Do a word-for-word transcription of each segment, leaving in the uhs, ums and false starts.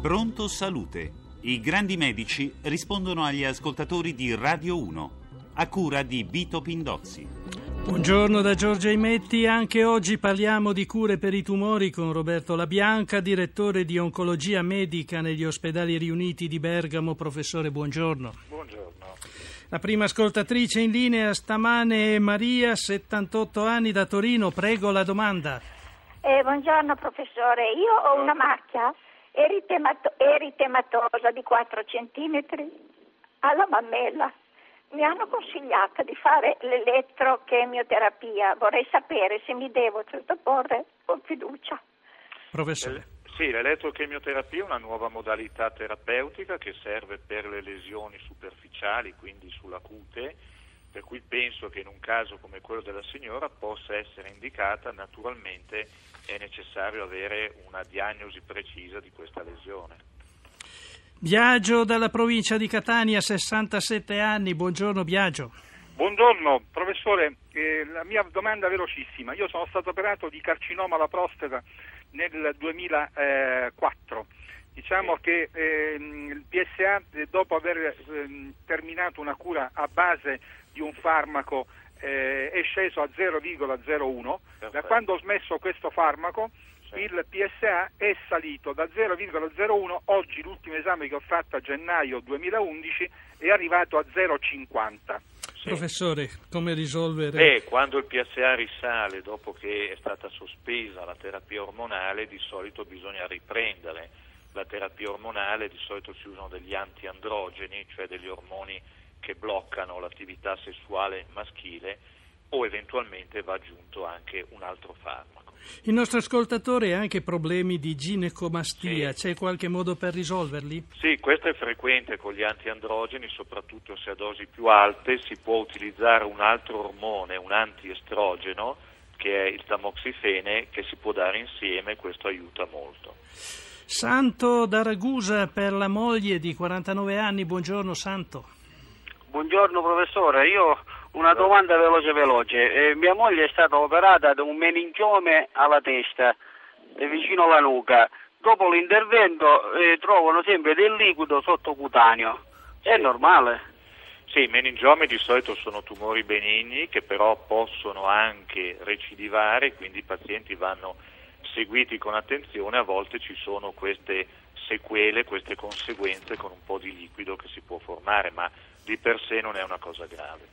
Pronto Salute. I grandi medici rispondono agli ascoltatori di Radio uno, a cura di Vito Pindozzi. Buongiorno da Giorgia Imetti. Anche oggi parliamo di cure per i tumori con Roberto Labianca, direttore di oncologia medica negli ospedali riuniti di Bergamo. Professore, buongiorno. Buongiorno. La prima ascoltatrice in linea stamane è Maria, settantotto anni, da Torino. Prego, la domanda. Eh, buongiorno professore, io ho una macchia eritemato- eritematosa di quattro centimetri alla mammella. Mi hanno consigliato di fare l'elettrochemioterapia. Vorrei sapere se mi devo sottoporre con fiducia. Professore. Sì, l'elettrochemioterapia è una nuova modalità terapeutica che serve per le lesioni superficiali, quindi sulla cute, per cui penso che in un caso come quello della signora possa essere indicata. Naturalmente è necessario avere una diagnosi precisa di questa lesione. Biagio dalla provincia di Catania, sessantasette anni. Buongiorno Biagio. Buongiorno professore, eh, la mia domanda è velocissima. Io sono stato operato di carcinoma alla prostata nel duemilaquattro. Diciamo che eh, il P S A, dopo aver eh, terminato una cura a base di un farmaco, eh, è sceso a zero virgola zero uno. Da quando ho smesso questo farmaco, sì, il P S A è salito da zero virgola zero uno. Oggi l'ultimo esame che ho fatto a gennaio duemilaundici è arrivato a zero virgola cinquanta. Sì. Professore, come risolvere? Beh, quando il P S A risale dopo che è stata sospesa la terapia ormonale, di solito bisogna riprendere la terapia ormonale. Di solito si usano degli antiandrogeni, cioè degli ormoni che bloccano l'attività sessuale maschile, o eventualmente va aggiunto anche un altro farmaco. Il nostro ascoltatore ha anche problemi di ginecomastia. Sì. C'è qualche modo per risolverli? Sì, questo è frequente con gli antiandrogeni, soprattutto se a dosi più alte. Si può utilizzare un altro ormone, un antiestrogeno, che è il tamoxifene, che si può dare insieme. Questo aiuta molto. Santo da Ragusa per la moglie di quarantanove anni. Buongiorno Santo. Buongiorno professore, io ho una domanda veloce veloce. Eh, mia moglie è stata operata da un meningiome alla testa, eh, vicino alla nuca. Dopo l'intervento eh, trovano sempre del liquido sottocutaneo. È Sì. normale? Sì, i meningiomi di solito sono tumori benigni che però possono anche recidivare, quindi i pazienti vanno seguiti con attenzione. A volte ci sono queste sequele, queste conseguenze con un po' di liquido che si può formare, ma di per sé non è una cosa grave.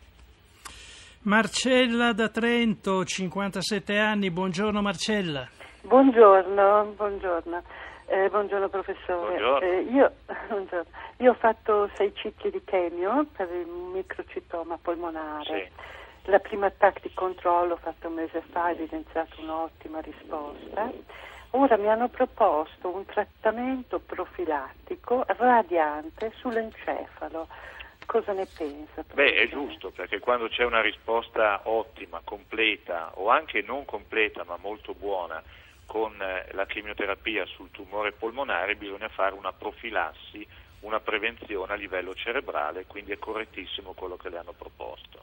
Marcella da Trento, cinquantasette anni. Buongiorno Marcella. Buongiorno, buongiorno. Eh, buongiorno professore. Buongiorno. Eh, io, buongiorno. Io ho fatto sei cicli di chemio per il microcitoma polmonare. Sì. La prima attacco di controllo fatto un mese fa ha evidenziato un'ottima risposta. Ora mi hanno proposto un trattamento profilattico radiante sull'encefalo. Cosa ne pensa? Beh, è giusto, perché quando c'è una risposta ottima, completa o anche non completa ma molto buona con la chemioterapia sul tumore polmonare, bisogna fare una profilassi, una prevenzione a livello cerebrale, quindi è correttissimo quello che le hanno proposto.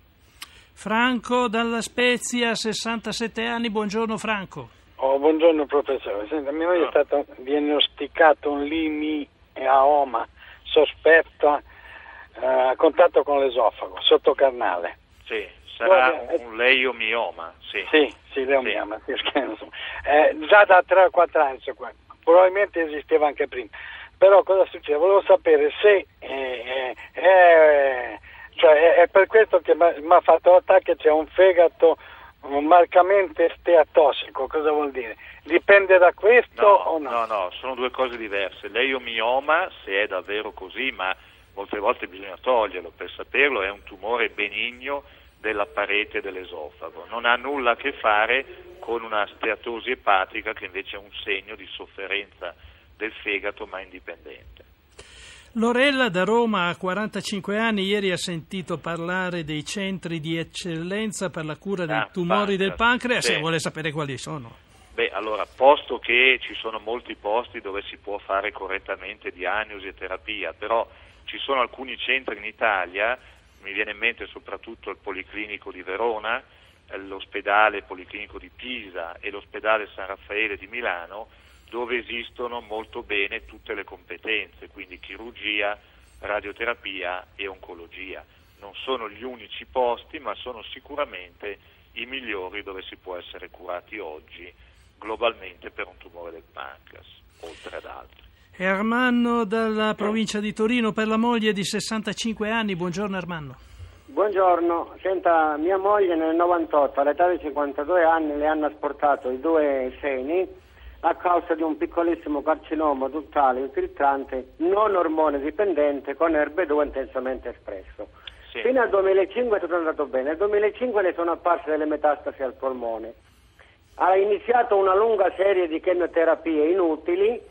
Franco dalla Spezia, sessantasette anni. Buongiorno Franco. Oh, buongiorno professore. Senta, mia moglie è stato diagnosticato un limioma sospetta a uh, contatto con l'esofago, sottocarnale. Sì, sarà Guarda, un leiomioma. Sì, sì, sì leiomioma. Sì. Eh, già da tre o quattro anni, probabilmente esisteva anche prima. Però cosa succede? Volevo sapere se eh, eh, eh, cioè, è, è per questo che mi ha fatto l'attacco, c'è un fegato marcamente steatossico. Cosa vuol dire? Dipende da questo no, o no? No, no, sono due cose diverse. Leiomioma, se è davvero così, ma molte volte bisogna toglierlo per saperlo, è un tumore benigno della parete dell'esofago. Non ha nulla a che fare con una steatosi epatica, che invece è un segno di sofferenza del fegato ma indipendente. Lorella da Roma ha quarantacinque anni. Ieri ha sentito parlare dei centri di eccellenza per la cura dei ah, tumori pancreas. del pancreas, sì. Se vuole sapere quali sono. Beh, allora, posto che ci sono molti posti dove si può fare correttamente diagnosi e terapia, però ci sono alcuni centri in Italia, mi viene in mente soprattutto il Policlinico di Verona, l'ospedale Policlinico di Pisa e l'ospedale San Raffaele di Milano, dove esistono molto bene tutte le competenze, quindi chirurgia, radioterapia e oncologia. Non sono gli unici posti, ma sono sicuramente i migliori dove si può essere curati oggi globalmente per un tumore del pancreas, oltre ad altri. E Armando dalla provincia di Torino per la moglie di sessantacinque anni. Buongiorno Armando. Buongiorno, senta, mia moglie nel novantotto all'età di cinquantadue anni le hanno asportato i due seni a causa di un piccolissimo carcinoma duttale infiltrante non ormone dipendente con R B due intensamente espresso. Sì. Fino al duemilacinque è tutto andato bene, nel duemilacinque le sono apparse delle metastasi al polmone. Ha iniziato una lunga serie di chemioterapie inutili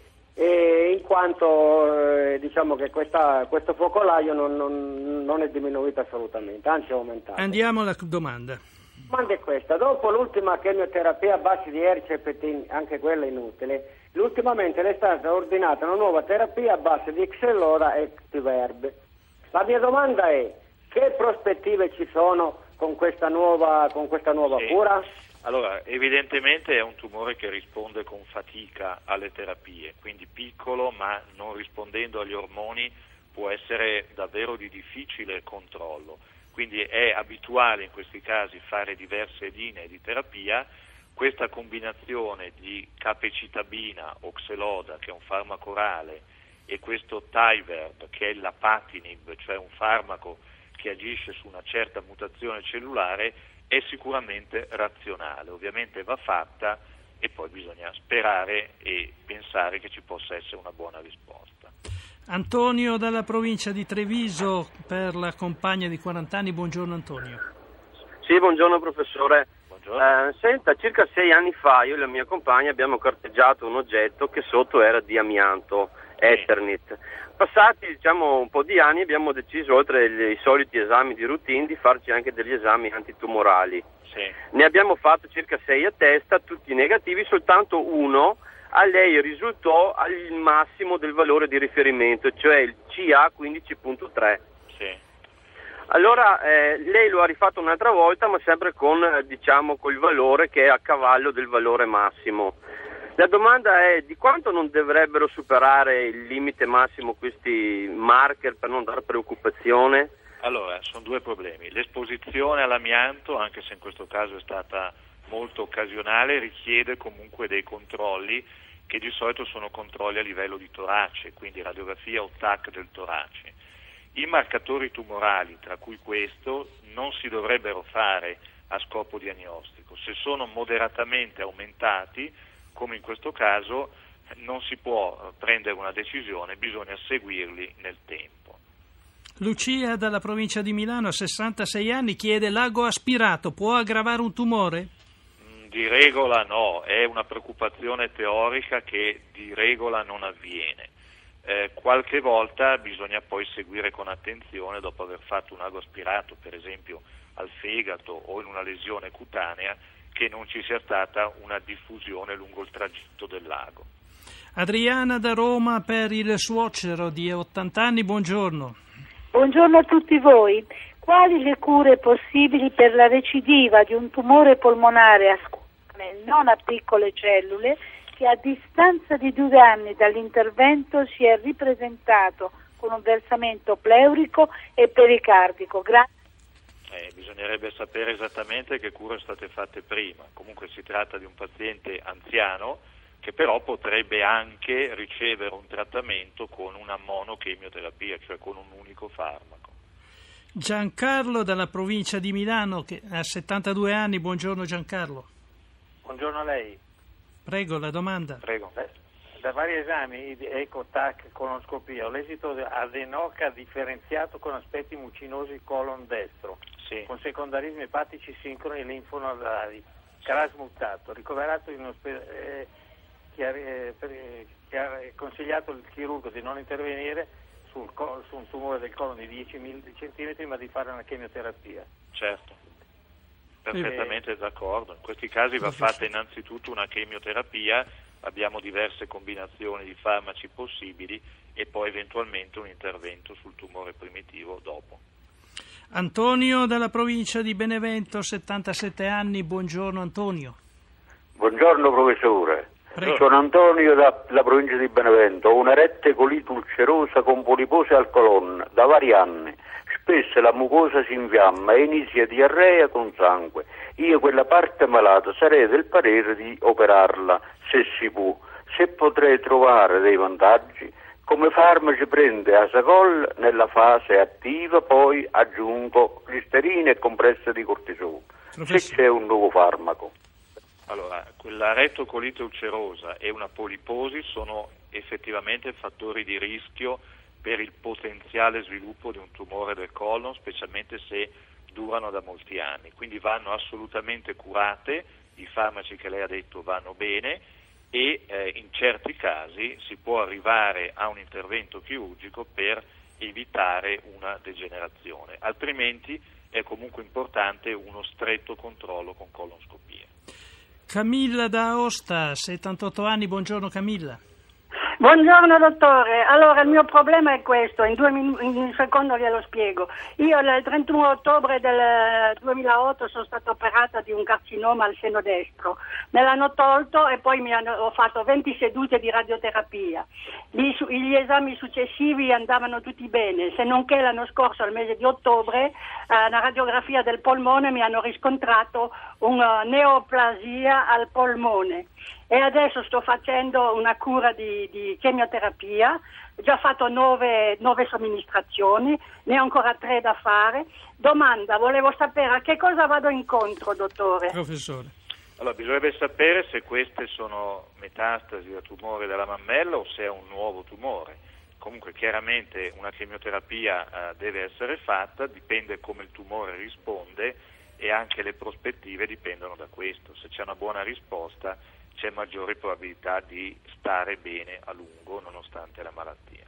e in quanto eh, diciamo che questa, questo focolaio non, non, non è diminuito assolutamente, anzi è aumentato. Andiamo alla domanda. La domanda è questa: dopo l'ultima chemioterapia a base di ercepetin, anche quella inutile, ultimamente le è stata ordinata una nuova terapia a base di Xelora e Activerb. La mia domanda è: che prospettive ci sono con questa nuova, con questa nuova sì. cura? Allora, evidentemente è un tumore che risponde con fatica alle terapie, quindi piccolo, ma non rispondendo agli ormoni può essere davvero di difficile controllo. Quindi è abituale in questi casi fare diverse linee di terapia. Questa combinazione di capecitabina o Xeloda, che è un farmaco orale, e questo Tyverb, che è il lapatinib, cioè un farmaco che agisce su una certa mutazione cellulare, è sicuramente razionale. Ovviamente va fatta e poi bisogna sperare e pensare che ci possa essere una buona risposta. Antonio dalla provincia di Treviso per la compagna di quaranta anni. Buongiorno Antonio. Sì, buongiorno professore. Buongiorno. Eh, senta, circa sei anni fa io e la mia compagna abbiamo carteggiato un oggetto che sotto era di amianto, Eternit. Passati diciamo un po' di anni abbiamo deciso, oltre ai soliti esami di routine, di farci anche degli esami antitumorali. Sì. Ne abbiamo fatto circa sei a testa, tutti negativi, soltanto uno a lei risultò al massimo del valore di riferimento, cioè il C A quindici virgola tre. Sì. Allora eh, lei lo ha rifatto un'altra volta, ma sempre con eh, diciamo col valore che è a cavallo del valore massimo. La domanda è: di quanto non dovrebbero superare il limite massimo questi marker per non dare preoccupazione? Allora, sono due problemi. L'esposizione all'amianto, anche se in questo caso è stata molto occasionale, richiede comunque dei controlli che di solito sono controlli a livello di torace, quindi radiografia o T A C del torace. I marcatori tumorali, tra cui questo, non si dovrebbero fare a scopo diagnostico. Se sono moderatamente aumentati, come in questo caso, non si può prendere una decisione, bisogna seguirli nel tempo. Lucia dalla provincia di Milano, a sessantasei anni, chiede: l'ago aspirato può aggravare un tumore? Di regola no, è una preoccupazione teorica che di regola non avviene. Eh, qualche volta bisogna poi seguire con attenzione, dopo aver fatto un ago aspirato, per esempio al fegato o in una lesione cutanea, che non ci sia stata una diffusione lungo il tragitto del lago. Adriana da Roma per il suocero di ottanta anni, buongiorno. Buongiorno a tutti voi. Quali le cure possibili per la recidiva di un tumore polmonare a squame, non a piccole cellule, che a distanza di due anni dall'intervento si è ripresentato con un versamento pleurico e pericardico? Grazie. Eh, bisognerebbe sapere esattamente che cure sono state fatte prima. Comunque si tratta di un paziente anziano che però potrebbe anche ricevere un trattamento con una monochemioterapia, cioè con un unico farmaco. Giancarlo dalla provincia di Milano, che ha settantadue anni. Buongiorno Giancarlo. Buongiorno a lei. Prego, la domanda. Prego. Da vari esami, eco, T A C, colonoscopia, ho l'esito adenoca differenziato con aspetti mucinosi colon destro, sì. con secondarismi epatici sincroni e linfonodali, CRAS mutato, ricoverato in ospedale, eh, che, eh, per, che ha consigliato il chirurgo di non intervenire sul, su un tumore del colon di dieci centimetri, ma di fare una chemioterapia. Certo, perfettamente eh. d'accordo. In questi casi va fatta innanzitutto una chemioterapia. Abbiamo diverse combinazioni di farmaci possibili e poi eventualmente un intervento sul tumore primitivo dopo. Antonio dalla provincia di Benevento, settantasette anni. Buongiorno Antonio. Buongiorno professore. Prego. Sono Antonio dalla provincia di Benevento, ho una rette colite ulcerosa con poliposi al colon da vari anni. Spesso la mucosa si infiamma e inizia diarrea con sangue. Io quella parte malata sarei del parere di operarla, se si può. Se potrei trovare dei vantaggi, come farmaci prende Asacol nella fase attiva, poi aggiungo glisterina e compresse di cortisone. Professor. Se c'è un nuovo farmaco. Allora, quella rettocolite ulcerosa e una poliposi sono effettivamente fattori di rischio per il potenziale sviluppo di un tumore del colon, specialmente se durano da molti anni. Quindi vanno assolutamente curate, i farmaci che lei ha detto vanno bene e eh, in certi casi si può arrivare a un intervento chirurgico per evitare una degenerazione. Altrimenti è comunque importante uno stretto controllo con colonscopia. Camilla da Aosta, settantotto anni, buongiorno Camilla. Buongiorno dottore, allora il mio problema è questo, in, due min- in un secondo glielo spiego. Io il trentuno ottobre del duemilaotto sono stata operata di un carcinoma al seno destro, me l'hanno tolto e poi mi hanno, ho fatto venti sedute di radioterapia. Gli, gli esami successivi andavano tutti bene, se non che l'anno scorso al mese di ottobre a una radiografia del polmone mi hanno riscontrato una neoplasia al polmone. E adesso sto facendo una cura di, di chemioterapia, ho già fatto nove, nove somministrazioni, ne ho ancora tre da fare. Domanda, volevo sapere a che cosa vado incontro, dottore? Professore. Allora, bisognerebbe sapere se queste sono metastasi da tumore della mammella o se è un nuovo tumore. Comunque chiaramente una chemioterapia eh, deve essere fatta, dipende come il tumore risponde e anche le prospettive dipendono da questo. Se c'è una buona risposta c'è maggiore probabilità di stare bene a lungo nonostante la malattia.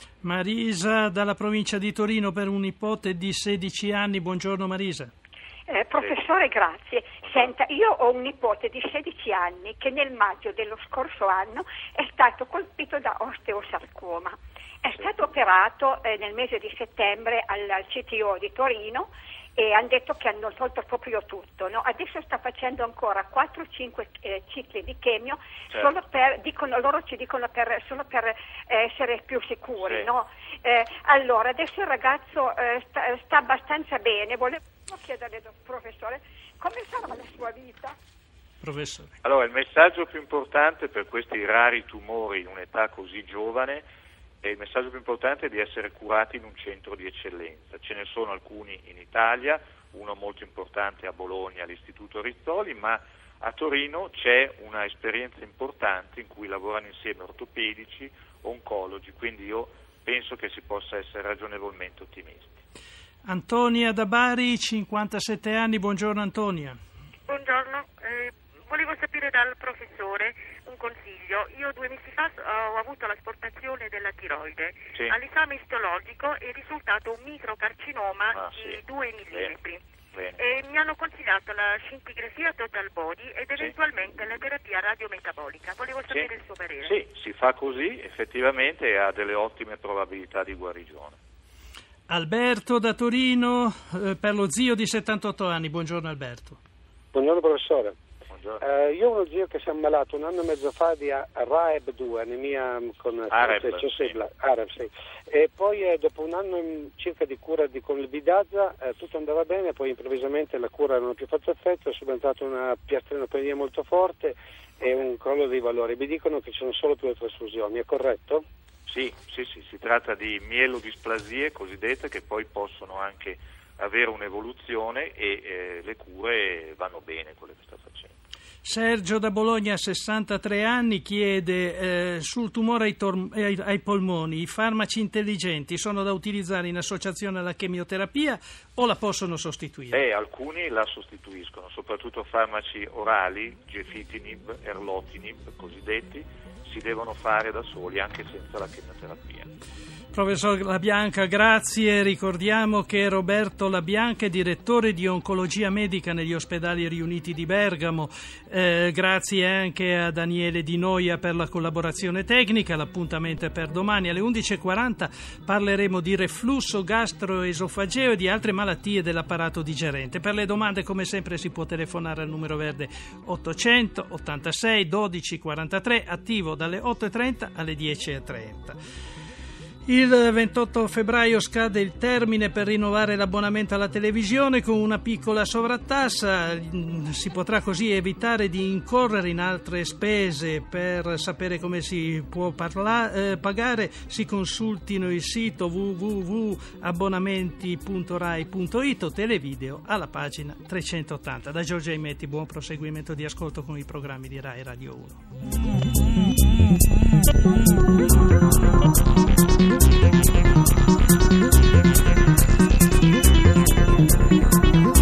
Marisa dalla provincia di Torino per un nipote di sedici anni, buongiorno Marisa. Eh, professore, grazie. Senta, io ho un nipote di sedici anni che nel maggio dello scorso anno è stato colpito da osteosarcoma. È stato operato eh, nel mese di settembre al, al C T O di Torino e hanno detto che hanno tolto proprio tutto, no? Adesso sta facendo ancora quattro cinque eh, cicli di chemio, certo. solo per, dicono, loro ci dicono per, solo per eh, essere più sicuri, sì. no? Eh, allora, adesso il ragazzo eh, sta, sta abbastanza bene, volevo chiedere al professore come sarà la sua vita? Professore. Allora, il messaggio più importante per questi rari tumori in un'età così giovane e il messaggio più importante è di essere curati in un centro di eccellenza. Ce ne sono alcuni in Italia, uno molto importante a Bologna, all'Istituto Rizzoli, ma a Torino c'è una esperienza importante in cui lavorano insieme ortopedici, oncologi, quindi io penso che si possa essere ragionevolmente ottimisti. Antonia da Bari, cinquantasette anni, buongiorno Antonia. Buongiorno, eh, volevo sapere dal professore un consiglio. Io due mesi fa ho avuto l'asportazione della tiroide. Sì. All'esame istologico è risultato un microcarcinoma ah, di sì. due millimetri. Bene. E mi hanno consigliato la scintigrafia total body ed eventualmente sì. la terapia radiometabolica. Volevo sapere sì. il suo parere. Sì, si fa così effettivamente e ha delle ottime probabilità di guarigione. Alberto da Torino eh, per lo zio di settantotto anni. Buongiorno Alberto. Buongiorno professore. Uh, io ho uno zio che si è ammalato un anno e mezzo fa di R A E B due, anemia con Areb, sì. Areb, sì. E poi eh, dopo un anno circa di cura di, con il bidazza eh, tutto andava bene, poi improvvisamente la cura non ha più fatto effetto, è subentrata una piastrinopenia molto forte e un crollo dei valori. Mi dicono che ci sono solo più le trasfusioni, è corretto? Sì, sì, sì, si tratta di mielodisplasie cosiddette che poi possono anche avere un'evoluzione e eh, le cure vanno bene quelle che sta facendo. Sergio da Bologna, sessantatré anni, chiede eh, sul tumore ai, tor- ai, ai polmoni, i farmaci intelligenti sono da utilizzare in associazione alla chemioterapia o la possono sostituire? Eh, alcuni la sostituiscono, soprattutto farmaci orali, gefitinib, erlotinib, cosiddetti, si devono fare da soli anche senza la chemioterapia. Professor Labianca, grazie. Ricordiamo che Roberto Labianca è direttore di oncologia medica negli ospedali riuniti di Bergamo. Eh, grazie anche a Daniele Di Noia per la collaborazione tecnica. L'appuntamento è per domani alle undici e quaranta. Parleremo di reflusso gastroesofageo e di altre malattie dell'apparato digerente. Per le domande, come sempre, si può telefonare al numero verde ottocento ottantasei dodici quarantatré, attivo dalle otto e trenta alle dieci e trenta. Il ventotto febbraio scade il termine per rinnovare l'abbonamento alla televisione con una piccola sovrattassa. Si potrà così evitare di incorrere in altre spese. Per sapere come si può parla- eh, pagare, si consultino il sito w w w punto abbonamenti punto rai punto it o Televideo alla pagina trecentottanta. Da Giorgia Imetti, buon proseguimento di ascolto con i programmi di Rai Radio uno.